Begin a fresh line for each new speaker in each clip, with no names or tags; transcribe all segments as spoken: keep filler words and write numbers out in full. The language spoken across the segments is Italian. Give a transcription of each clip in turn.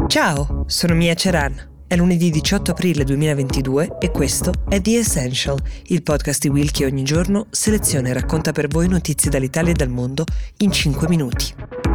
Ciao, sono Mia Ceran. È lunedì diciotto aprile duemilaventidue e questo è The Essential, il podcast di Will che ogni giorno seleziona e racconta per voi notizie dall'Italia e dal mondo in cinque minuti.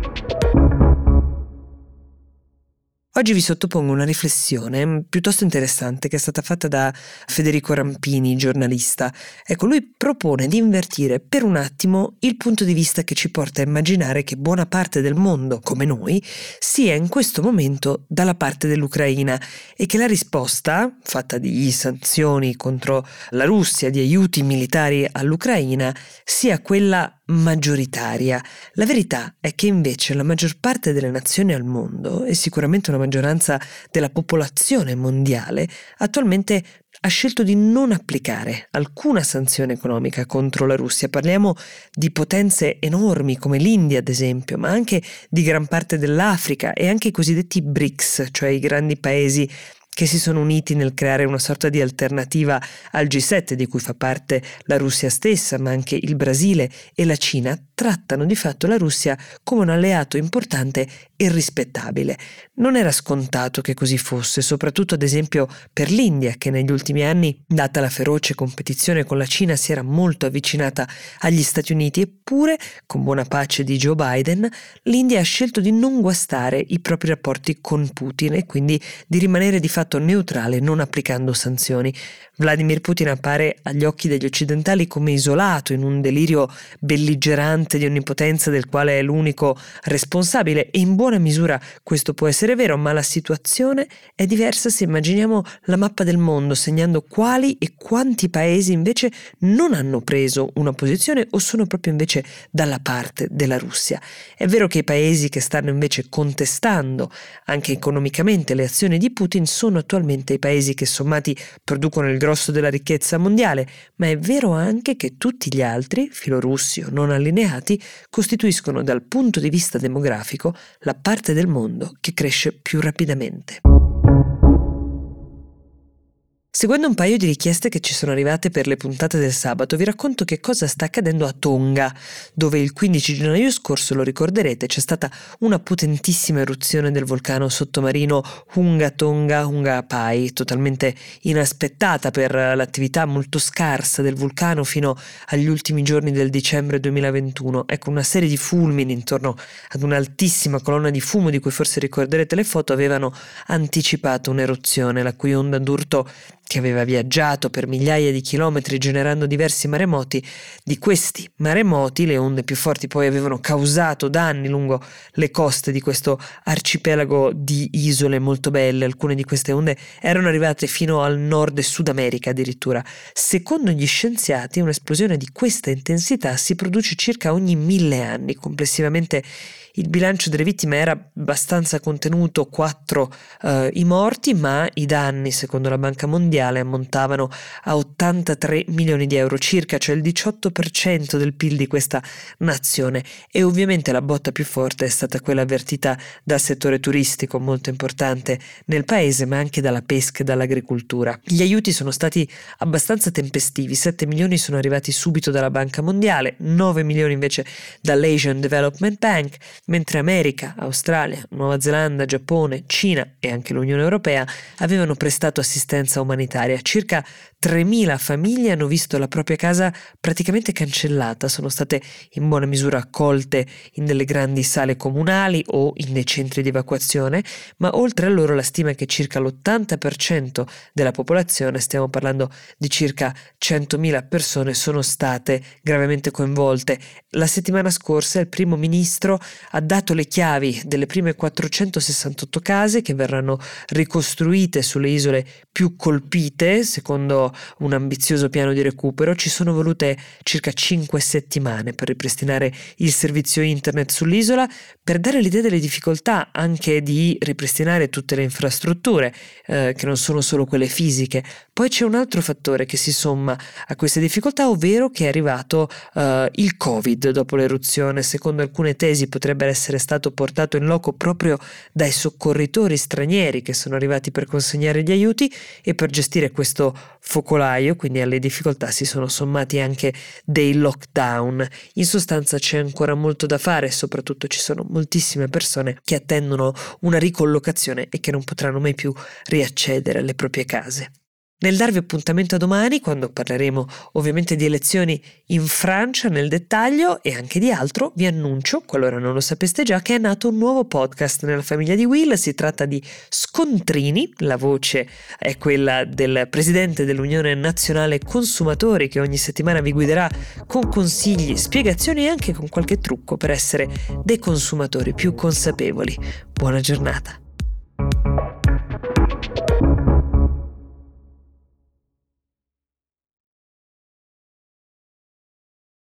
Oggi vi sottopongo una riflessione piuttosto interessante che è stata fatta da Federico Rampini, giornalista. Ecco, lui propone di invertire per un attimo il punto di vista che ci porta a immaginare che buona parte del mondo, come noi, sia in questo momento dalla parte dell'Ucraina e che la risposta, fatta di sanzioni contro la Russia, di aiuti militari all'Ucraina, sia quella maggioritaria. La verità è che invece la maggior parte delle nazioni al mondo, e sicuramente una maggioranza della popolazione mondiale, attualmente ha scelto di non applicare alcuna sanzione economica contro la Russia. Parliamo di potenze enormi come l'India, ad esempio, ma anche di gran parte dell'Africa e anche i cosiddetti B R I C S, cioè i grandi paesi che si sono uniti nel creare una sorta di alternativa al G sette, di cui fa parte la Russia stessa, ma anche il Brasile e la Cina, trattano di fatto la Russia come un alleato importante e rispettabile. Non era scontato che così fosse, soprattutto ad esempio per l'India, che negli ultimi anni, data la feroce competizione con la Cina, si era molto avvicinata agli Stati Uniti, eppure, con buona pace di Joe Biden, l'India ha scelto di non guastare i propri rapporti con Putin e quindi di rimanere di fatto neutrale, non applicando sanzioni. Vladimir Putin appare agli occhi degli occidentali come isolato in un delirio belligerante di onnipotenza del quale è l'unico responsabile, e in buona misura questo può essere vero, ma la situazione è diversa se immaginiamo la mappa del mondo, segnando quali e quanti paesi invece non hanno preso una posizione o sono proprio invece dalla parte della Russia. È vero che i paesi che stanno invece contestando anche economicamente le azioni di Putin sono attualmente i paesi che sommati producono il grosso della ricchezza mondiale, ma è vero anche che tutti gli altri, filorussi o non allineati, costituiscono dal punto di vista demografico la parte del mondo che cresce più rapidamente. Seguendo un paio di richieste che ci sono arrivate per le puntate del sabato, vi racconto che cosa sta accadendo a Tonga, dove il quindici gennaio scorso, lo ricorderete, c'è stata una potentissima eruzione del vulcano sottomarino Hunga Tonga Hunga Pai, totalmente inaspettata per l'attività molto scarsa del vulcano fino agli ultimi giorni del dicembre duemilaventuno. Ecco, una serie di fulmini intorno ad un'altissima colonna di fumo di cui forse ricorderete le foto avevano anticipato un'eruzione, la cui onda d'urto, che aveva viaggiato per migliaia di chilometri generando diversi maremoti. Di questi maremoti, le onde più forti poi avevano causato danni lungo le coste di questo arcipelago di isole molto belle. Alcune di queste onde erano arrivate fino al nord e Sud America addirittura. Secondo gli scienziati, un'esplosione di questa intensità si produce circa ogni mille anni. Complessivamente il bilancio delle vittime era abbastanza contenuto, quattro eh, i morti, ma i danni, secondo la Banca Mondiale, ammontavano a ottantatré milioni di euro circa, cioè il diciotto per cento del P I L di questa nazione. E ovviamente la botta più forte è stata quella avvertita dal settore turistico, molto importante nel paese, ma anche dalla pesca e dall'agricoltura. Gli aiuti sono stati abbastanza tempestivi, sette milioni sono arrivati subito dalla Banca Mondiale, nove milioni invece dall'Asian Development Bank, mentre America, Australia, Nuova Zelanda, Giappone, Cina e anche l'Unione Europea avevano prestato assistenza umanitaria. Circa tremila famiglie hanno visto la propria casa praticamente cancellata, sono state in buona misura accolte in delle grandi sale comunali o in dei centri di evacuazione, ma oltre a loro la stima è che circa l'ottanta per cento della popolazione, stiamo parlando di circa centomila persone, sono state gravemente coinvolte. La settimana scorsa il primo ministro ha dato le chiavi delle prime quattrocentosessantotto case che verranno ricostruite sulle isole più colpite, secondo un ambizioso piano di recupero. Ci sono volute circa cinque settimane per ripristinare il servizio internet sull'isola, per dare l'idea delle difficoltà anche di ripristinare tutte le infrastrutture, eh, che non sono solo quelle fisiche. Poi c'è un altro fattore che si somma a queste difficoltà, ovvero che è arrivato eh, il Covid dopo l'eruzione. Secondo alcune tesi potrebbe essere stato portato in loco proprio dai soccorritori stranieri che sono arrivati per consegnare gli aiuti e per gestire gestire questo focolaio, quindi alle difficoltà si sono sommati anche dei lockdown. In sostanza c'è ancora molto da fare e soprattutto ci sono moltissime persone che attendono una ricollocazione e che non potranno mai più riaccedere alle proprie case. Nel darvi appuntamento a domani, quando parleremo ovviamente di elezioni in Francia nel dettaglio e anche di altro, vi annuncio, qualora non lo sapeste già, che è nato un nuovo podcast nella famiglia di Will. Si tratta di Scontrini, la voce è quella del presidente dell'Unione Nazionale Consumatori, che ogni settimana vi guiderà con consigli, spiegazioni e anche con qualche trucco per essere dei consumatori più consapevoli. Buona giornata.